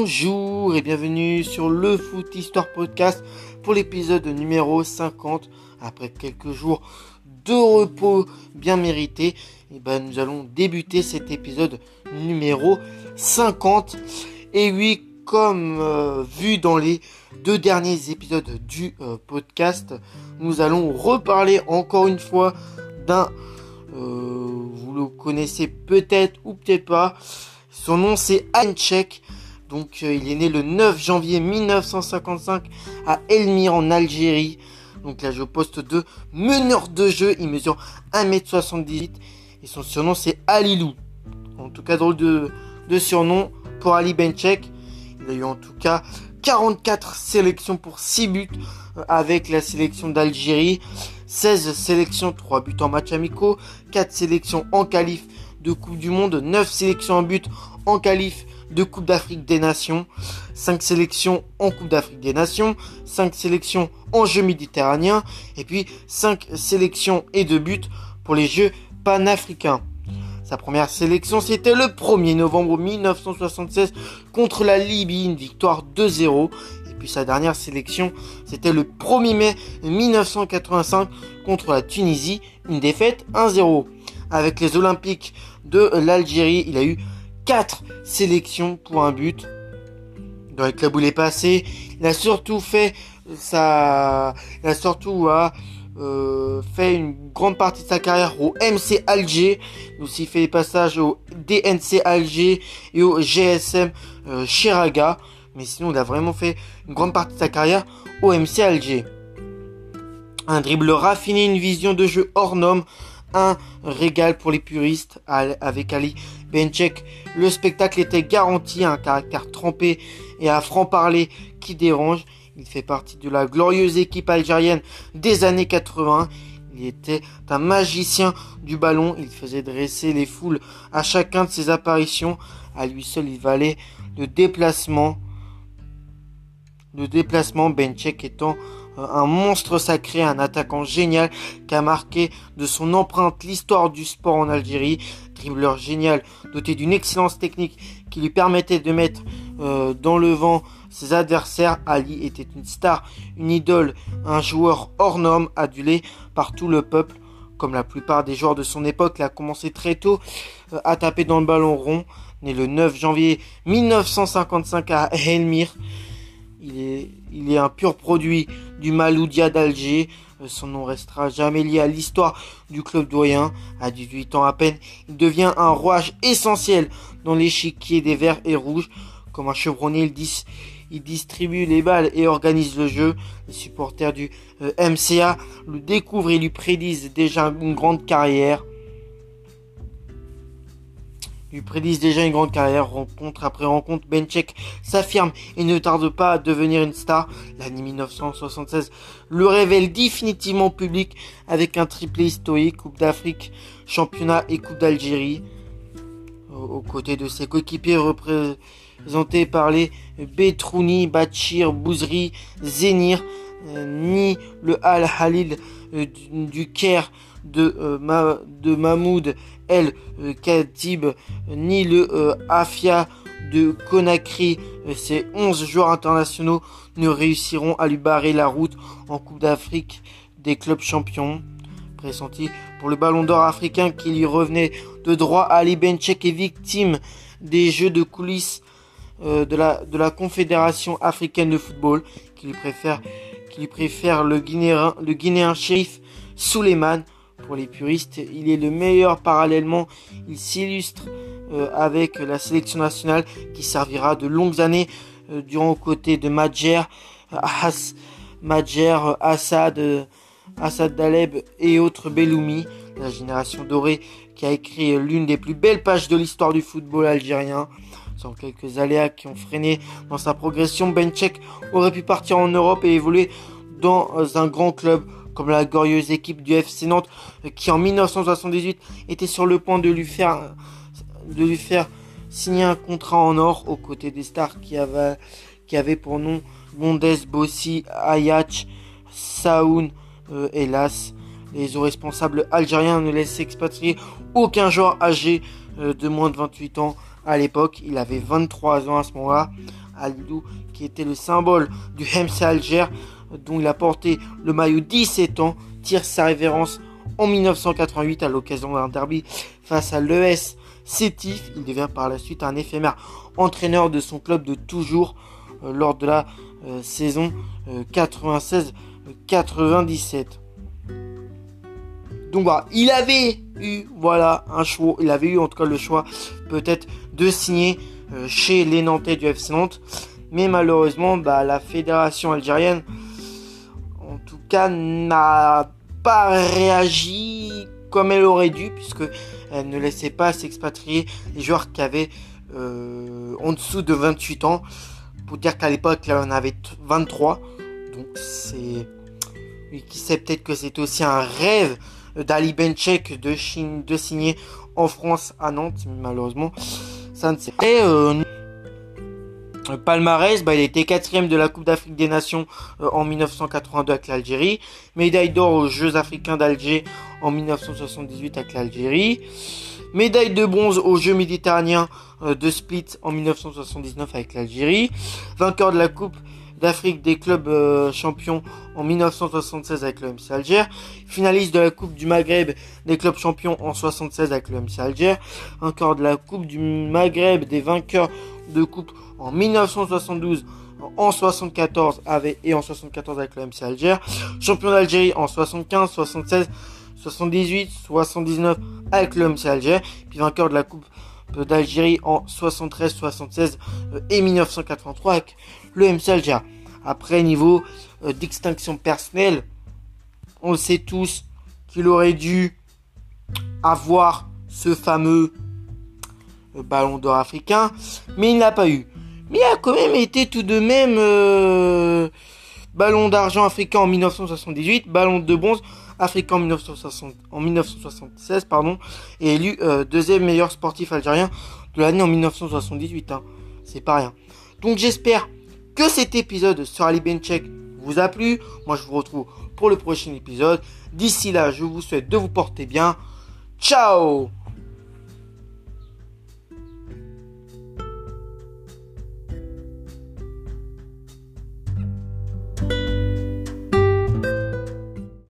Bonjour et bienvenue sur le Foot Histoire Podcast pour l'épisode numéro 50. Après quelques jours de repos bien mérités, nous allons débuter cet épisode numéro 50. Et oui, comme vu dans les deux derniers épisodes du podcast, nous allons reparler encore une fois d'un... vous le connaissez peut-être ou peut-être pas. Son nom c'est Benchek. Donc il est né le 9 janvier 1955 à Elmire en Algérie. Donc là je poste de meneur de jeu. Il mesure 1m78 et son surnom c'est Alilou. En tout cas drôle de surnom pour Ali Benchek. Il a eu en tout cas 44 sélections pour 6 buts avec la sélection d'Algérie. 16 sélections, 3 buts en match amicaux. 4 sélections en qualif de Coupe du Monde. 9 sélections en but en qualif de Coupe d'Afrique des Nations, 5 sélections en Coupe d'Afrique des Nations, 5 sélections en Jeux méditerranéens, et puis 5 sélections et 2 buts pour les Jeux panafricains. Sa première sélection, c'était le 1er novembre 1976 contre la Libye, une victoire 2-0. Et puis sa dernière sélection, c'était le 1er mai 1985 contre la Tunisie, une défaite 1-0. Avec les Olympiques de l'Algérie, il a eu 4 sélections pour un but. Dans les clubs où il est passé, il a surtout fait une grande partie de sa carrière au MC Alger. Il a aussi fait des passages au DNC Alger et au GSM Chiraga. Mais sinon, il a vraiment fait une grande partie de sa carrière au MC Alger. Un dribble raffiné, une vision de jeu hors norme. Un régal pour les puristes. Avec Ali Benchek, le spectacle était garanti, un caractère trempé et un franc-parler qui dérange. Il fait partie de la glorieuse équipe algérienne des années 80. Il était un magicien du ballon. Il faisait dresser les foules à chacun de ses apparitions. À lui seul, il valait le déplacement. Benchek étant un monstre sacré, un attaquant génial qui a marqué de son empreinte l'histoire du sport en Algérie. Dribbleur génial, doté d'une excellence technique qui lui permettait de mettre dans le vent ses adversaires. Ali était une star, une idole, un joueur hors norme, adulé par tout le peuple. Comme la plupart des joueurs de son époque, il a commencé très tôt à taper dans le ballon rond. Né le 9 janvier 1955 à Elmire. Il est un pur produit du Maloudia d'Alger. Son nom restera jamais lié à l'histoire du club doyen. À 18 ans à peine, il devient un rouage essentiel dans l'échiquier des verts et rouges. Comme un chevronnier, il distribue les balles et organise le jeu. Les supporters du MCA le découvrent et lui prédisent déjà une grande carrière. Rencontre après rencontre, Benchek s'affirme et ne tarde pas à devenir une star. L'année 1976 le révèle définitivement public avec un triplé historique, Coupe d'Afrique, Championnat et Coupe d'Algérie. Aux côtés de ses coéquipiers représentés par les Betrouni, Bachir, Bouzri, Zenir, ni le Al-Halil du Caire de Mahmoud El Khatib, ni le Afia de Conakry. Ces 11 joueurs internationaux ne réussiront à lui barrer la route en Coupe d'Afrique des clubs champions. Pressenti pour le ballon d'or africain qui lui revenait de droit, Ali Benchek est victime des jeux de coulisses de la Confédération africaine de football qui lui préfère le Guinéen Chérif Souleymane. Pour les puristes, il est le meilleur parallèlement. Il s'illustre avec la sélection nationale qui servira de longues années durant aux côtés de Madjer, Assad Daleb et autres Belloumi. La génération dorée qui a écrit l'une des plus belles pages de l'histoire du football algérien. Sans quelques aléas qui ont freiné dans sa progression, Benchek aurait pu partir en Europe et évoluer dans un grand club comme la glorieuse équipe du FC Nantes qui en 1978 était sur le point de lui faire signer un contrat en or aux côtés des stars qui avaient pour nom Bondes, Bossi, Ayach, Saoun, hélas. Les responsables algériens ne laissent expatrier aucun joueur âgé de moins de 28 ans à l'époque. Il avait 23 ans à ce moment-là. Alidou, qui était le symbole du MC Alger, dont il a porté le maillot 17 ans, tire sa révérence en 1988 à l'occasion d'un derby face à l'ES Sétif. Il devient par la suite un éphémère entraîneur de son club de toujours lors de la saison 96-97. Donc voilà, il avait eu un choix, il avait eu en tout cas le choix peut-être de signer chez les Nantais du FC Nantes, mais malheureusement la fédération algérienne en tout cas n'a pas réagi comme elle aurait dû, puisque elle ne laissait pas s'expatrier les joueurs qui avaient en dessous de 28 ans. Pour dire qu'à l'époque là on avait 23, donc c'est, qui sait, peut-être que c'est aussi un rêve d'Ali Benchek de signer en France à Nantes, mais malheureusement ça ne s'est pas. Palmarès, il était 4ème de la Coupe d'Afrique des Nations en 1982 avec l'Algérie, médaille d'or aux Jeux Africains d'Alger en 1978 avec l'Algérie, médaille de bronze aux Jeux Méditerranéens de Split en 1979 avec l'Algérie, vainqueur de la Coupe d'Afrique des clubs champions en 1976 avec le MC Alger, finaliste de la Coupe du Maghreb des clubs champions en 1976 avec le MC Alger, vainqueur de la Coupe du Maghreb des vainqueurs de coupe en 1972, en 74 avec le MC Alger, champion d'Algérie en 75, 76, 78, 79 avec le MC Alger, puis vainqueur de la Coupe d'Algérie en 73, 76 et 1983 avec le MC Alger. Après, niveau d'extinction personnelle, on le sait tous qu'il aurait dû avoir ce fameux ballon d'or africain, mais il n'a pas eu. Mais il a quand même été tout de même ballon d'argent africain en 1978, ballon de bronze africain en 1976, et élu deuxième meilleur sportif algérien de l'année en 1978. C'est pas rien. Donc j'espère que cet épisode sur Ali Benchek vous a plu. Moi je vous retrouve pour le prochain épisode. D'ici là, je vous souhaite de vous porter bien. Ciao!